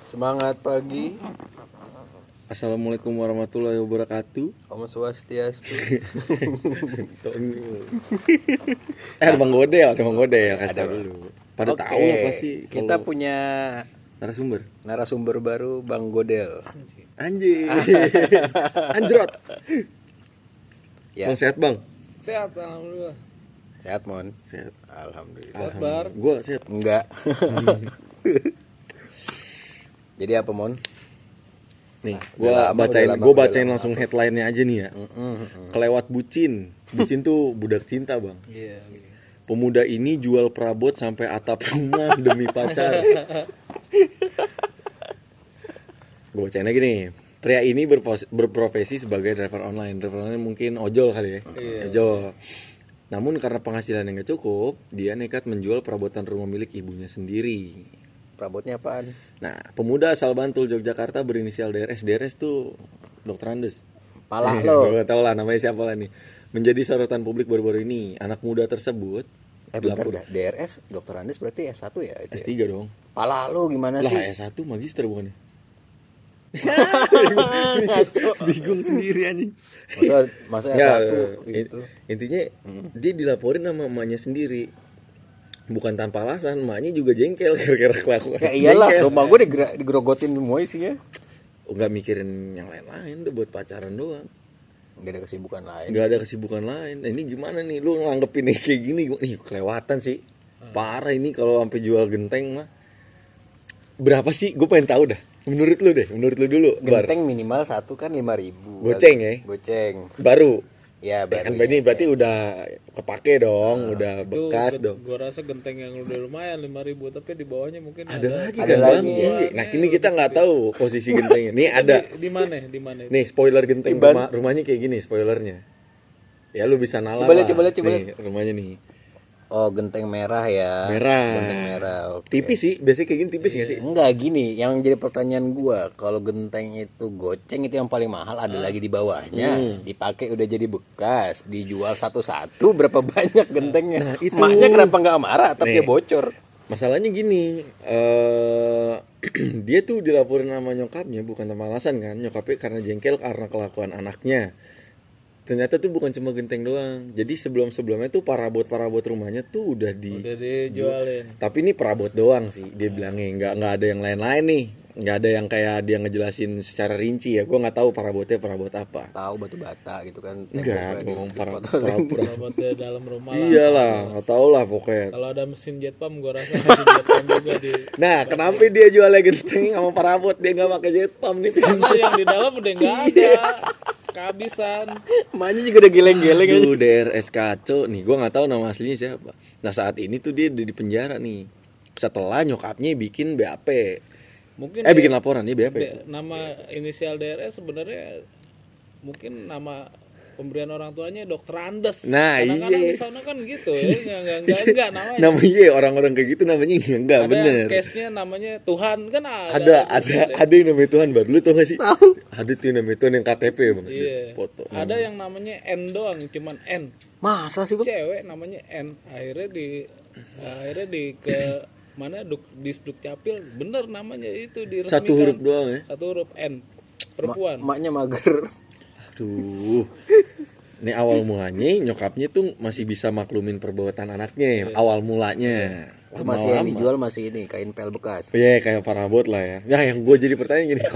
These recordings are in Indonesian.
Semangat pagi. Assalamualaikum warahmatullahi wabarakatuh. Om Swastiastu. Ada Bang Godel kasih tahu dulu. Pada tahu lah pasti. Kita punya narasumber baru Bang Godel. Anjir. Anjrot. Ya. Bang sehat, Bang? Sehat, alhamdulillah. Sehat, Mon? Sehat. Alhamdulillah. Sehat, Bar. Gua sehat. Enggak. Jadi apa, Mon? Nih, Udah gua lama bacain langsung headline-nya aja nih ya. Kelewat bucin. Bucin tuh budak cinta, Bang. Iya. Pemuda ini jual perabot sampai atap rumah demi pacar. Gue bacain lagi nih. Pria ini berprofesi sebagai driver online. Driver online mungkin ojol kali ya. Iya. Ojol. Namun karena penghasilan yang gak cukup, dia nekat menjual perabotan rumah milik ibunya sendiri. Perabotnya apaan? Nah, pemuda asal Bantul, Yogyakarta berinisial DRS. DRS tuh Dokter Andes. Pala lo. Gue tau lah namanya siapa lah nih. Menjadi sorotan publik baru-baru ini. Anak muda tersebut Bentar dah. DRS, Dokter Andes berarti S1 ya? Itu S3 ya? dong. Pala lo gimana Lah sih? S1 magister bukannya? Bingung sendiri anjing. Masa Ya, S1 gitu. intinya dia dilaporin sama emaknya sendiri. Bukan tanpa alasan, emaknya juga jengkel gara-gara kelakuan. Ya iyalah, Jengkel. rumah gue digerogotin semua isinya. Nggak mikirin yang lain-lain, udah buat pacaran doang. Gak ada kesibukan lain. Nggak ada kesibukan lain. Nah, ini gimana nih, lu nganggepin kayak gini? Nih kelewatan sih. Parah ini kalau sampai jual genteng mah. Berapa sih? Gue pengen tahu dah. Menurut lu dulu. Genteng minimal satu kan 5.000. Goceng ya? Goceng. Baru. Ya Kan baru. ini berarti udah kepake dong, udah Itu bekas dong. Gua rasa genteng yang udah lumayan 5.000, tapi di bawahnya mungkin Ada lagi ada kan Bang? lagi. Iya. Nah ini kita nggak tahu posisi gentengnya. Nih ada. Di mana? Nih spoiler genteng rumahnya kayak gini spoilernya. Ya lu bisa nalar lah. Coba lihat. Nih rumahnya nih. Oh, genteng merah ya. Merah. Genteng merah. Oke. Tipis sih, biasanya kayak gini tipis nggak sih? Enggak gini, yang jadi pertanyaan gua, kalau genteng itu goceng itu yang paling mahal, ada lagi di bawahnya. Dipakai udah jadi bekas, dijual satu-satu berapa banyak gentengnya. Nah, itu. Maknya kenapa nggak marah tapi Nih. ya bocor. Masalahnya gini, dia tuh dilaporin sama nyokapnya bukan tanpa alasan kan. Nyokapnya karena jengkel karena kelakuan anaknya. Ternyata tuh bukan cuma genteng doang. Jadi sebelumnya tuh parabot rumahnya tuh udah dijualin. Tapi ini perabot doang sih dia bilangnya, nggak ada yang lain-lain nih, nggak ada yang kayak dia ngejelasin secara rinci ya. Gue nggak tahu perabotnya perabot apa. Tahu batu bata gitu kan. Enggak, ngomong perabot. Robotnya dalam rumah lah. Iyalah, nggak tahu lah pokoknya. Kalau ada mesin jet pump gua rasa mesin jet pump juga di. Nah, kenapa dia jualnya genteng sama parabot, dia nggak pakai jet pump nih? Karena yang di dalam udah nggak ada. Kehabisan. Emaknya juga udah geleng-geleng aja. Aduh, DRS Kaco nih, gue nggak tahu nama aslinya siapa. Nah saat ini tuh dia udah di penjara nih. Setelah nyokapnya bikin BAP. Mungkin Bikin laporan nih BAP. Nama inisial DRS sebenarnya mungkin nama pemberian orang tuanya Dokter Andes. Nah, kadang-kadang iya. di sana kan gitu ya, enggak namanya. Namanya orang-orang kayak gitu namanya enggak Ada bener. case-nya namanya Tuhan kan Ada yang namanya Tuhan baru. Lu tau gak sih? Tahu. Ada tuh yang namanya Tuhan yang KTP Bang. Iya. Foto. Ada yang namanya N doang, cuman N. Masa sih, Bang? Cewek namanya N. Akhirnya di ke mana di Dukcapil bener namanya itu diresmikan. Satu huruf doang ya. Satu huruf N. Perempuan. Emaknya mager. Aduh. Ini awal mulanya nyokapnya tuh masih bisa maklumin perbuatan anaknya. Awal mulanya. Itu masih yang dijual masih ini kain pel bekas. Iya kayak parabot lah ya. Nah yang gue jadi pertanyaan gini,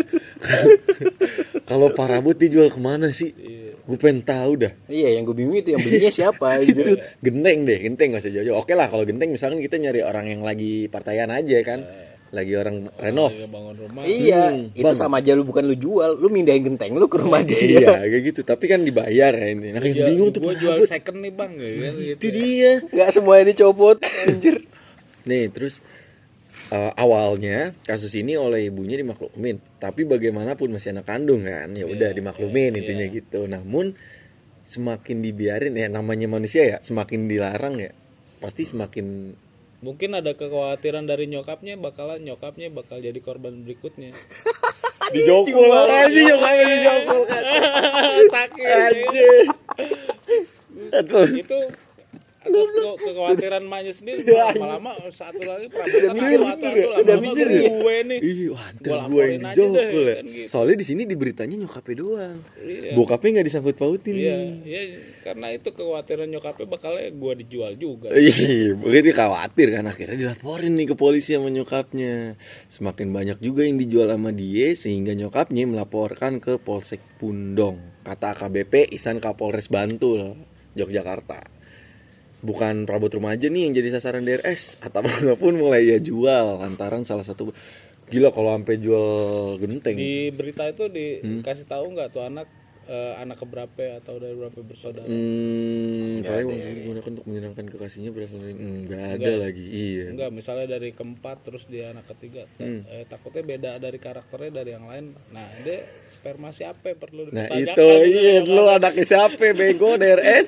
kalau parabot dijual kemana sih? Gue pengen tahu dah. Iya, yang gue bingung itu yang belinya siapa Itu gitu. genteng nggak usah jauh-jauh. Oke lah kalau genteng misalkan kita nyari orang yang lagi partaian aja kan, lagi orang renov. Bangun rumah. Iya, itu Bang. sama aja lu bukan lu jual, lu mindahin genteng lu ke rumah dia. Iya kayak gitu. Tapi kan dibayar ya ini. Nah yang bingung tuh Gua jual parabot. second nih bang kan Itu gitu. dia. Enggak semuanya dicopot, anjir. Nih terus awalnya kasus ini oleh ibunya dimaklumin, tapi bagaimanapun masih anak kandung kan, ya udah dimaklumin intinya gitu. Namun semakin dibiarin ya namanya manusia ya, semakin dilarang ya pasti semakin Mungkin ada kekhawatiran dari nyokapnya bakal jadi korban berikutnya. dijokul aja nyokapnya dijokul kan. Sakit. Aduh. Itu kekhawatiran maknya sendiri. Lama-lama satu lagi perabotan lama-lama gue nih. Ih, wah, Gua ntar gue yang laporin aja dijokul deh, ya. kan gitu. Soalnya di sini diberitanya nyokapnya doang. Iya. Bokapnya nggak disangkut pautin Iya, nih. iya, karena itu kekhawatiran nyokapnya bakalnya gue dijual juga. Iya, begitu khawatir kan, akhirnya dilaporin nih ke polisi sama nyokapnya. Semakin banyak juga yang dijual sama dia sehingga nyokapnya melaporkan ke Polsek Pundong. Kata AKBP Ihsan Kapolres Bantul, Yogyakarta. Bukan perabot rumah aja nih yang jadi sasaran DRS, atau pun mulai ya jual lantaran salah satu. Gila kalau sampai jual genteng. Di berita itu dikasih tahu nggak tuh anak keberapa atau dari berapa bersaudara? Kayak maksudnya digunakan untuk menyenangkan kekasihnya berasal dari nggak ada lagi. Iya. Enggak, misalnya dari keempat terus dia anak ketiga, takutnya beda dari karakternya dari yang lain. Nah, dia sperma siapa perlu Nah ditanyakan itu juga iya, ya, lu anaknya siapa bego DRS.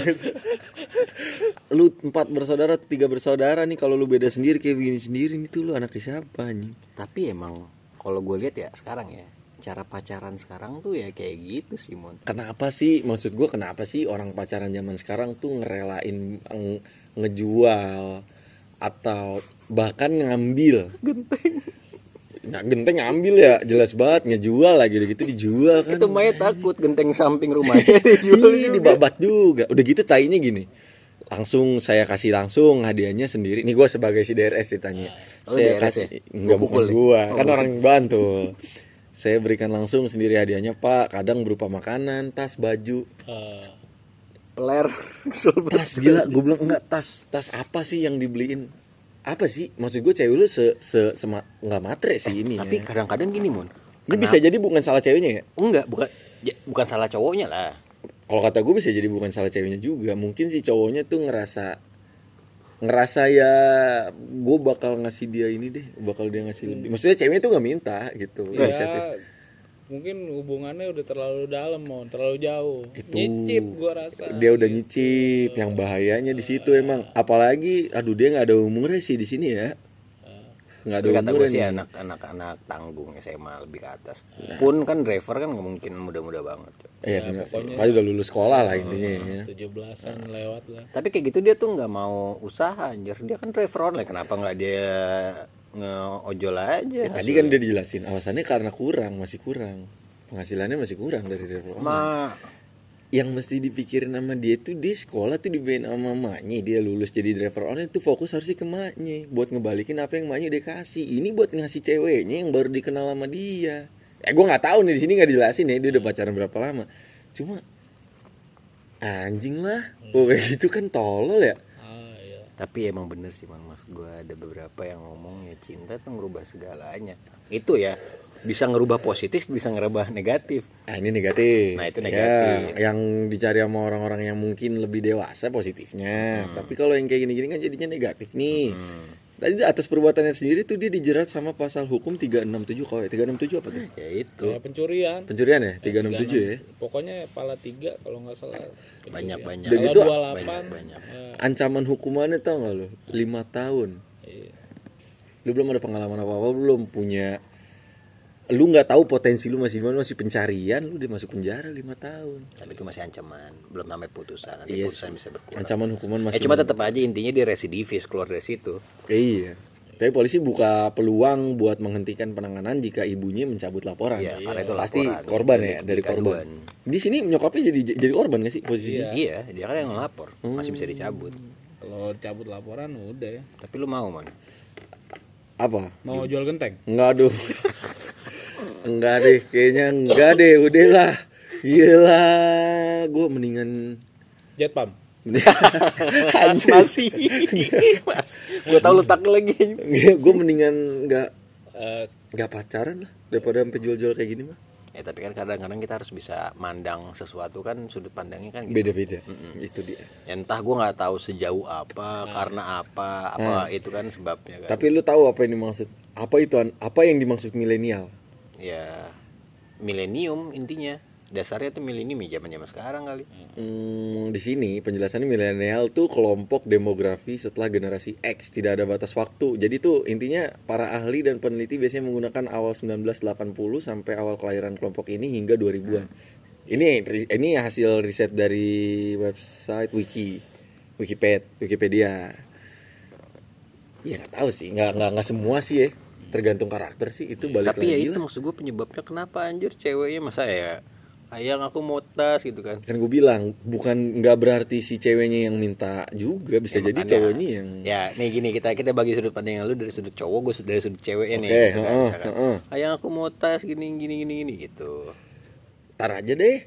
Lu 4 bersaudara 3 bersaudara nih, kalau lu beda sendiri kayak begini sendiri nih tuh lu anaknya siapa nih? Tapi emang kalau gue lihat ya sekarang ya, cara pacaran sekarang tuh ya kayak gitu sih, Mon. Kenapa sih, maksud gue kenapa sih orang pacaran zaman sekarang tuh ngerelain ngejual atau bahkan ngambil genteng? Nah, genteng ngambil ya jelas banget, ngejual lagi gitu dijual kan. Itu Maya takut genteng samping rumahnya dijual Ih, juga. dibabat juga. Udah gitu tainya gini. Langsung saya kasih langsung hadiahnya sendiri. Nih gue sebagai si DRS ditanya. Oh, Saya DRS kasih ya? enggak Gua bukan pukul gua, nih. kan orang yang bantu. Saya berikan langsung sendiri hadiahnya, Pak. Kadang berupa makanan, tas, baju. Peler. Kesel banget. Tas gila, gue bilang enggak, tas apa sih yang dibeliin? Apa sih? Maksud gue cewek lu enggak matre sih ini. Tapi ya. kadang-kadang gini, Mon. Ini bisa jadi bukan salah ceweknya ya? Enggak, bukan salah cowoknya lah. Kalau kata gue bisa jadi bukan salah ceweknya juga. Mungkin si cowoknya tuh ngerasa ya gue bakal ngasih dia ini deh, bakal dia ngasih lebih. Maksudnya ceweknya tuh nggak minta gitu. Ya, Inisiatif. mungkin hubungannya udah terlalu dalam, Mon, terlalu jauh. Itu Nyicip gua rasa. dia udah nyicip. Yang bahayanya di situ emang. Apalagi, aduh dia nggak ada umurnya sih di sini ya. Nggak ada Tapi kata gue umurnya sih nih. anak-anak tanggung SMA lebih ke atas. Pun kan driver kan nggak mungkin muda-muda banget. Iya benar. Pasti udah lulus sekolah lah intinya ya. 17-an lewat lah. Tapi kayak gitu dia tuh nggak mau usaha anjir. Dia kan driver online, kenapa nggak dia ngeojol aja? Tadi kan dia dijelasin alasannya karena masih kurang. Penghasilannya masih kurang dari driver online. Yang mesti dipikirin sama dia tuh, dia sekolah tuh dibayarin sama maknya, dia lulus jadi driver online tuh fokus harusnya ke maknya buat ngebalikin apa yang maknya dia kasih. Ini buat ngasih ceweknya yang baru dikenal sama dia. Gue nggak tahu nih, di sini nggak dijelasin ya dia udah pacaran berapa lama. Cuma anjing lah, kayak gitu kan tolol ya. Iya. Tapi emang bener sih, Mas gue ada beberapa yang ngomong ya cinta tuh ngerubah segalanya. Itu ya bisa ngerubah positif, bisa ngerubah negatif. Nah ini negatif. Nah, itu negatif. Ya, yang dicari sama orang-orang yang mungkin lebih dewasa positifnya. Tapi kalau yang kayak gini-gini kan jadinya negatif nih. Tadi atas perbuatannya sendiri tuh dia dijerat sama pasal hukum 367. Kalau 367 apa tuh? Ya itu. Kayak pencurian. Pencurian ya? 367 ya? Pokoknya pala 3 kalau nggak salah. Banyak-banyak. Udah gitu, 28. banyak. Ancaman hukumannya tau gak lo? 5 tahun. Iya. Lu belum ada pengalaman apa-apa, belum punya, lu nggak tahu potensi lu masih di mana, masih pencarian, lu udah masuk penjara 5 tahun. Tapi itu masih ancaman, belum sampai putusan. Nanti Iya putusan sih. bisa berkurang. Ancaman hukuman masih. Cuma tetap aja intinya dia residivis keluar dari situ. Iya. Tapi polisi buka peluang buat menghentikan penanganan jika ibunya mencabut laporan. Iya, karena itu pasti laporan. korban Dari ya, dari korban. kegaduhan. Di sini nyokapnya jadi korban gak sih posisinya? Iya, dia kan yang ngelapor, masih bisa dicabut. Kalau cabut laporan udah ya. Tapi lu mau, Man? Apa? Mau jual genteng? Enggak, aduh. Enggak deh, kayaknya enggak deh, udahlah. Gila, gue mendingan Jet pump. Masih. Gua tahu letak lagi. gue mendingan enggak Eh, pacaran lah daripada sampai jual-jual kayak gini mah. Ya tapi kan kadang-kadang kita harus bisa mandang sesuatu kan sudut pandangnya kan gitu. Beda-beda. Itu dia. Ya, entah gue nggak tahu sejauh apa, karena apa itu kan sebabnya kan. Tapi lu tahu apa yang dimaksud? Apa yang dimaksud milenial? Ya milenium intinya. Dasarnya tuh milenium ya zaman-zaman sekarang kali. Di sini penjelasannya milenial tuh kelompok demografi setelah generasi X, tidak ada batas waktu. Jadi tuh intinya para ahli dan peneliti biasanya menggunakan awal 1980 sampai awal kelahiran kelompok ini hingga 2000-an. Ini hasil riset dari website Wiki. Wikipedia. Ya nggak tahu sih, nggak semua sih ya, tergantung karakter sih, itu balik Tapi ya lagi itu lah. maksud gue penyebabnya kenapa anjir ceweknya masa ya ayang aku mau tas gitu kan. Kan gue bilang bukan, nggak berarti si ceweknya yang minta juga, bisa Ya, jadi makanya, cowoknya yang ya nih gini, kita bagi sudut pandang lu dari sudut cowok, gue dari sudut ceweknya nih Oke, gitu kan, heeh, misalkan, heeh. ayang aku mau tas gini gitu. tar aja deh.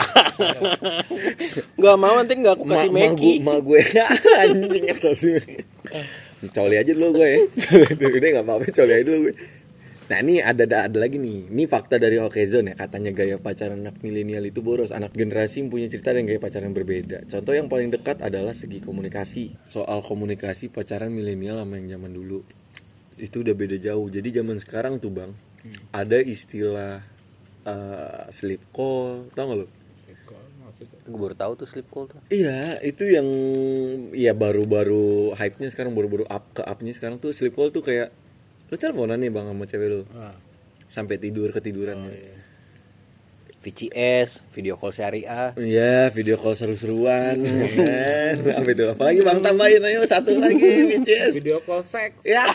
Nggak mau, nanti nggak aku kasih Meki. Mak gue anjing nggak kasih. Coli aja dulu gue ya. Udah nggak apa-apa, coli aja dulu gue. Nah ini ada lagi nih. Ini fakta dari Okezone ya. Katanya gaya pacaran anak milenial itu boros. Anak generasi punya cerita dan gaya pacaran berbeda. Contoh yang paling dekat adalah segi komunikasi. Soal komunikasi pacaran milenial sama yang zaman dulu itu udah beda jauh. Jadi zaman sekarang tuh bang, ada istilah sleep call, tau gak lo? Gue baru tahu tuh sleep call tuh. Iya, itu yang ya baru-baru hype-nya sekarang, baru-baru up-nya sekarang tuh sleep call tuh kayak lu teleponan nih bang sama cewek lu sampai ketiduran. VCS, video call syariah. Iya, video call seru-seruan. Kan? Apa itu? Apalagi bang tambahin ayo satu lagi VCS. Video call seks. Ya.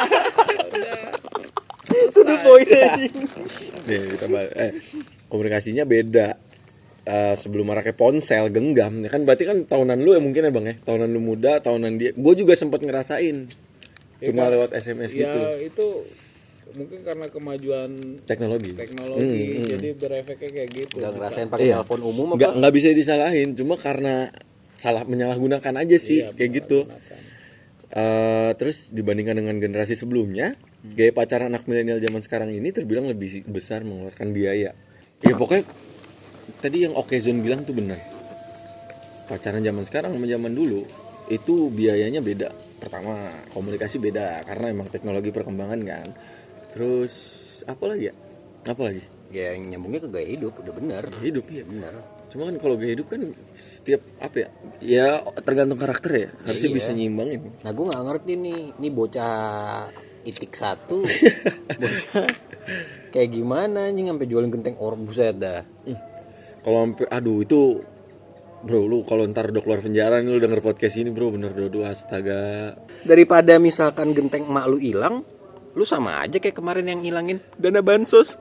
Itu tuh poinnya. Nih, ditambah komunikasinya beda. Sebelum maraknya ponsel genggam, ya kan berarti kan tahunan lu ya mungkin ya bang ya, tahunan lu muda, tahunan dia. Gue juga sempat ngerasain, cuma lewat SMS gitu. Ya itu mungkin karena kemajuan Teknologi. jadi berefeknya kayak gitu. Nggak ngerasain pakai Iya. telepon umum apa? Nggak bisa disalahin, cuma karena salah menyalahgunakan aja sih, Iya, kayak gitu. Terus dibandingkan dengan generasi sebelumnya, gaya pacaran anak milenial zaman sekarang ini terbilang lebih besar mengeluarkan biaya. Ya pokoknya tadi yang Okezone bilang tuh benar. Pacaran zaman sekarang sama zaman dulu itu biayanya beda. Pertama, komunikasi beda karena emang teknologi perkembangan kan. Terus apa lagi ya? Apa lagi? Ya yang nyambungnya ke gaya hidup, udah benar. Hidup ya. Benar. Cuma kan kalau gaya hidup kan setiap apa ya? Ya tergantung karakter ya. Harusnya iya. bisa nyimbangin. Nah gue nggak ngerti nih bocah itik satu, bocah kayak gimana nih sampai jualin genteng orang, buset dah. Kalau sampai aduh itu bro, lu kalau ntar udah keluar penjara nih lu denger podcast ini bro, bener dodo astaga. Daripada misalkan genteng emak lu hilang, lu sama aja kayak kemarin yang ngilangin dana bansos.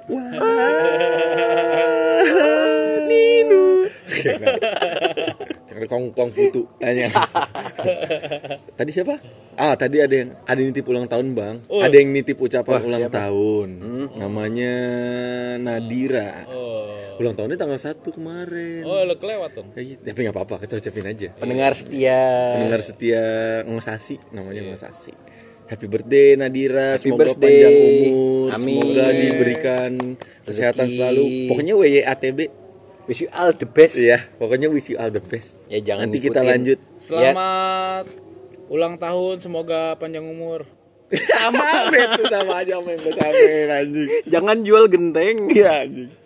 Ninu. Jangan kongkong putu tanya. Tadi siapa? Tadi ada yang nitip ulang tahun bang. Ada yang nitip ucapan ulang tahun. Namanya Nadira. Ulang tahunnya tanggal 1 kemarin. Oh, lo kelewat dong. Tapi nggak apa-apa, kita ucapin aja. Pendengar setia Ngosasi, namanya Ngosasi. Happy birthday Nadira, Happy semoga birthday. panjang umur, Amin. semoga diberikan kesehatan Rezeki. selalu. Pokoknya WYATB. wish you all the best. Iya, pokoknya wish you all the best. Ya jangan Nanti kita ngikutin. lanjut. Selamat ulang tahun, semoga panjang umur. Sama, itu sama aja sama yang gue samain anjing. Jangan jual genteng. Iya anjing.